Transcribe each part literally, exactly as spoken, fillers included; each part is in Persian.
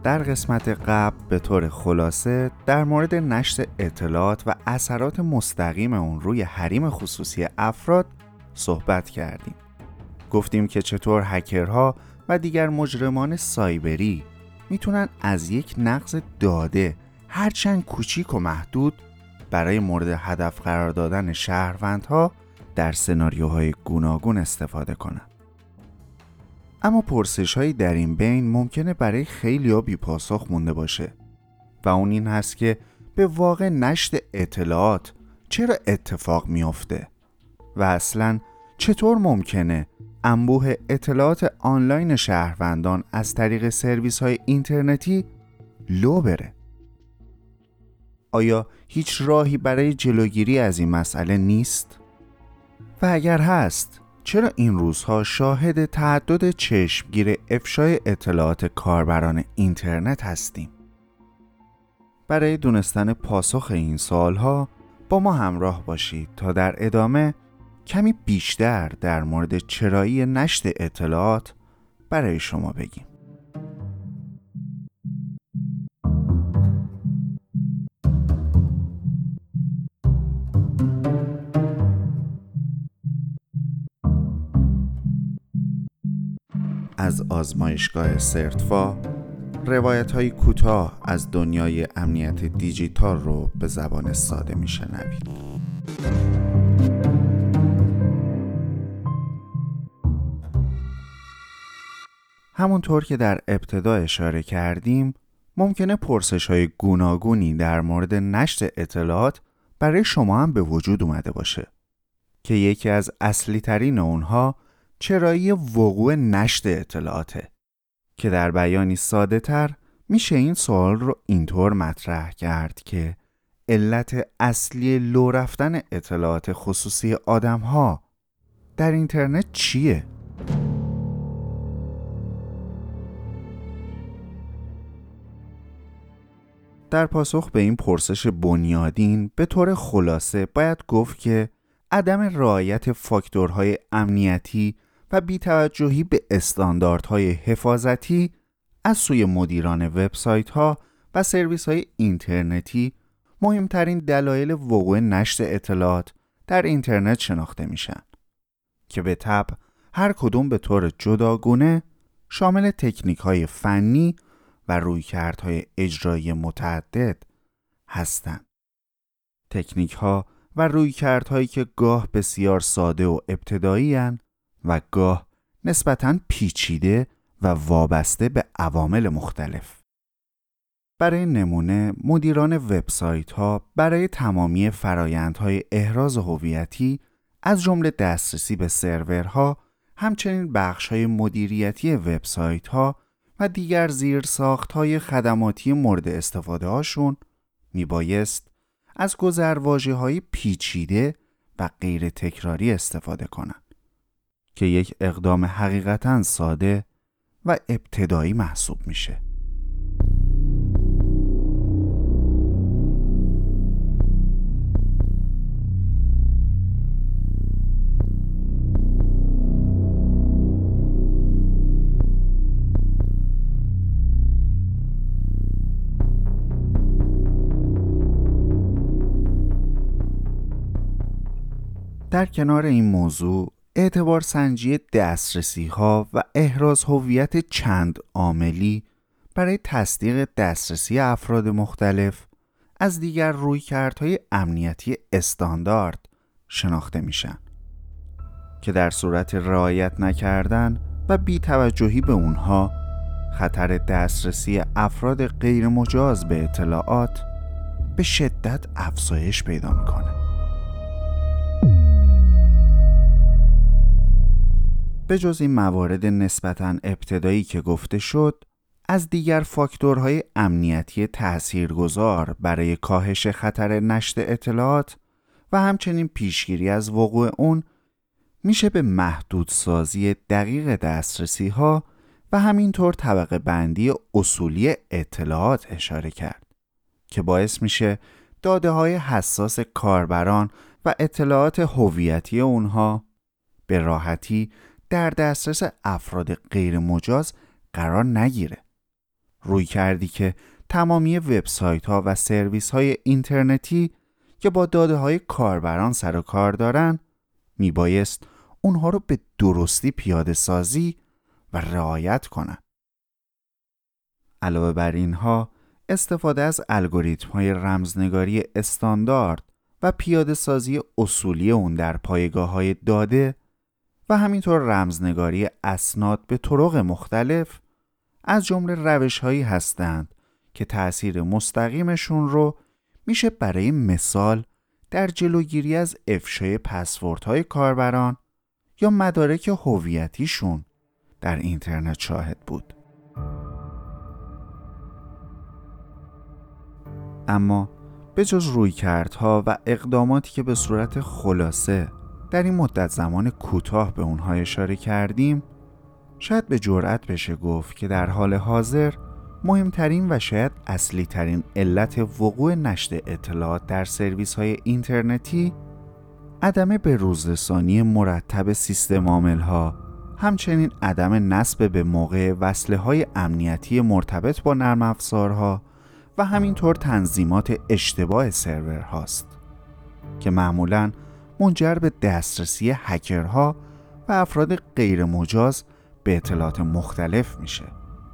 در قسمت قبل به طور خلاصه در مورد نشر اطلاعات و اثرات مستقیم اون روی حریم خصوصی افراد صحبت کردیم. گفتیم که چطور هکرها و دیگر مجرمان سایبری میتونن از یک نقض داده هرچند کوچیک و محدود برای مورد هدف قرار دادن شهروندها در سناریوهای گوناگون استفاده کنن. اما پرسش‌هایی در این بین ممکنه برای خیلی‌ها بی‌پاسخ مونده باشه و اون این هست که به واقع نشر اطلاعات چرا اتفاق میفته و اصلاً چطور ممکنه انبوه اطلاعات آنلاین شهروندان از طریق سرویس‌های اینترنتی لو بره. آیا هیچ راهی برای جلوگیری از این مسئله نیست؟ و اگر هست، چرا این روزها شاهد تعدد چشمگیر افشای اطلاعات کاربران اینترنت هستیم؟ برای دونستن پاسخ این سوالها با ما همراه باشید تا در ادامه کمی بیشتر در مورد چرایی نشر اطلاعات برای شما بگیم. از آزمایشگاه سرتفا روایت‌های کوتاه از دنیای امنیت دیجیتال رو به زبان ساده میشنوید. همونطور که در ابتدا اشاره کردیم، ممکنه پرسش‌های گوناگونی در مورد نشر اطلاعات برای شما هم به وجود اومده باشه که یکی از اصلی ترین اونها چرایی وقوع نشر اطلاعاته که در بیانی ساده تر میشه این سوال رو اینطور مطرح کرد که علت اصلی لو رفتن اطلاعات خصوصی آدم‌ها در اینترنت چیه؟ در پاسخ به این پرسش بنیادین به طور خلاصه باید گفت که عدم رعایت فاکتورهای امنیتی و بی‌توجهی به استانداردهای حفاظتی از سوی مدیران وبسایت‌ها و سرویس‌های اینترنتی مهمترین دلایل وقوع نشر اطلاعات در اینترنت شناخته میشن که به طبع هر کدوم به طور جداگانه شامل تکنیک‌های فنی و رویکردهای اجرایی متعدد هستند. تکنیک‌ها و رویکردهایی که گاه بسیار ساده و ابتدایی هستند و گاه نسبتاً پیچیده و وابسته به عوامل مختلف. برای نمونه مدیران وبسایت‌ها برای تمامی فرایندهای احراز هویتی از جمله دسترسی به سرورها، همچنین بخش‌های مدیریتی وبسایت‌ها و دیگر زیرساخت‌های خدماتی مورد استفاده هاشون میبایست از گذرواژه‌های پیچیده و غیر تکراری استفاده کنند که یک اقدام حقیقتاً ساده و ابتدایی محسوب میشه. در کنار این موضوع، اعتبار سنجی دسترسی ها و احراز هویت چند عاملی برای تصدیق دسترسی افراد مختلف از دیگر رویکردهای امنیتی استاندارد شناخته میشن که در صورت رعایت نکردن و بی‌توجهی به اونها خطر دسترسی افراد غیر مجاز به اطلاعات به شدت افزایش پیدا میکنه. به جز این موارد نسبتاً ابتدایی که گفته شد، از دیگر فاکتورهای امنیتی تأثیرگذار برای کاهش خطر نشر اطلاعات و همچنین پیشگیری از وقوع اون میشه به محدودسازی دقیق دسترسی ها و همینطور طبقه بندی اصولی اطلاعات اشاره کرد که باعث میشه داده های حساس کاربران و اطلاعات هویتی اونها به راحتی در دسترس افراد غیر مجاز قرار نگیره روی کردی که تمامی وبسایت ها و سرویس های اینترنتی که با داده های کاربران سر و کار دارن میبایست اونها رو به درستی پیاده سازی و رعایت کنن. علاوه بر اینها استفاده از الگوریتم های رمزنگاری استاندارد و پیاده سازی اصولی اون در پایگاه های داده و همینطور رمزنگاری اسناد به طرق مختلف از جمله روش هایی هستند که تأثیر مستقیمشون رو میشه برای مثال در جلوگیری از افشای پسوردهای کاربران یا مدارک هویتیشون در اینترنت شاهد بود. اما به جز رویکردها و اقداماتی که به صورت خلاصه در این مدت زمان کوتاه به اونها اشاره کردیم، شاید به جرئت بشه گفت که در حال حاضر مهمترین و شاید اصلی ترین علت وقوع نشر اطلاعات در سرویس های اینترنتی عدم بروزرسانی مرتب سیستم عامل‌ها، همچنین عدم نصب به موقع وصله های امنیتی مرتبط با نرم افزارها و همینطور تنظیمات اشتباه سرور هاست که معمولاً منجر به دسترسی هکرها و افراد غیر مجاز به اطلاعات مختلف میشه.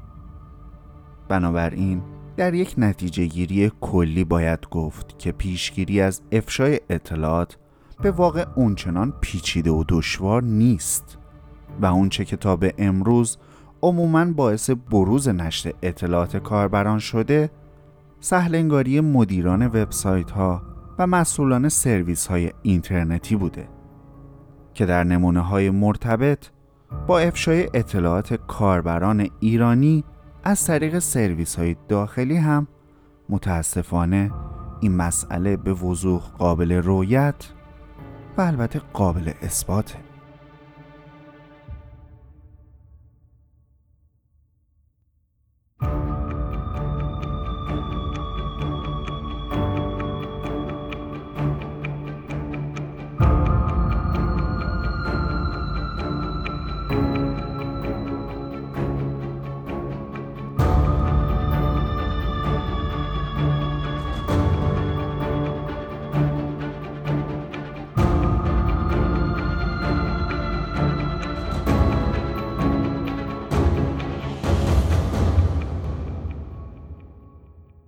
بنابراین در یک نتیجه گیری کلی باید گفت که پیشگیری از افشای اطلاعات به واقع اونچنان پیچیده و دشوار نیست و اونچه که تا به امروز عموماً باعث بروز نشر اطلاعات کاربران شده، سهل‌انگاری مدیران وبسایت ها و مسئولان سرویس های اینترنتی بوده که در نمونه های مرتبط با افشای اطلاعات کاربران ایرانی از طریق سرویس های داخلی هم متاسفانه این مسئله به وضوح قابل رؤیت و البته قابل اثباته.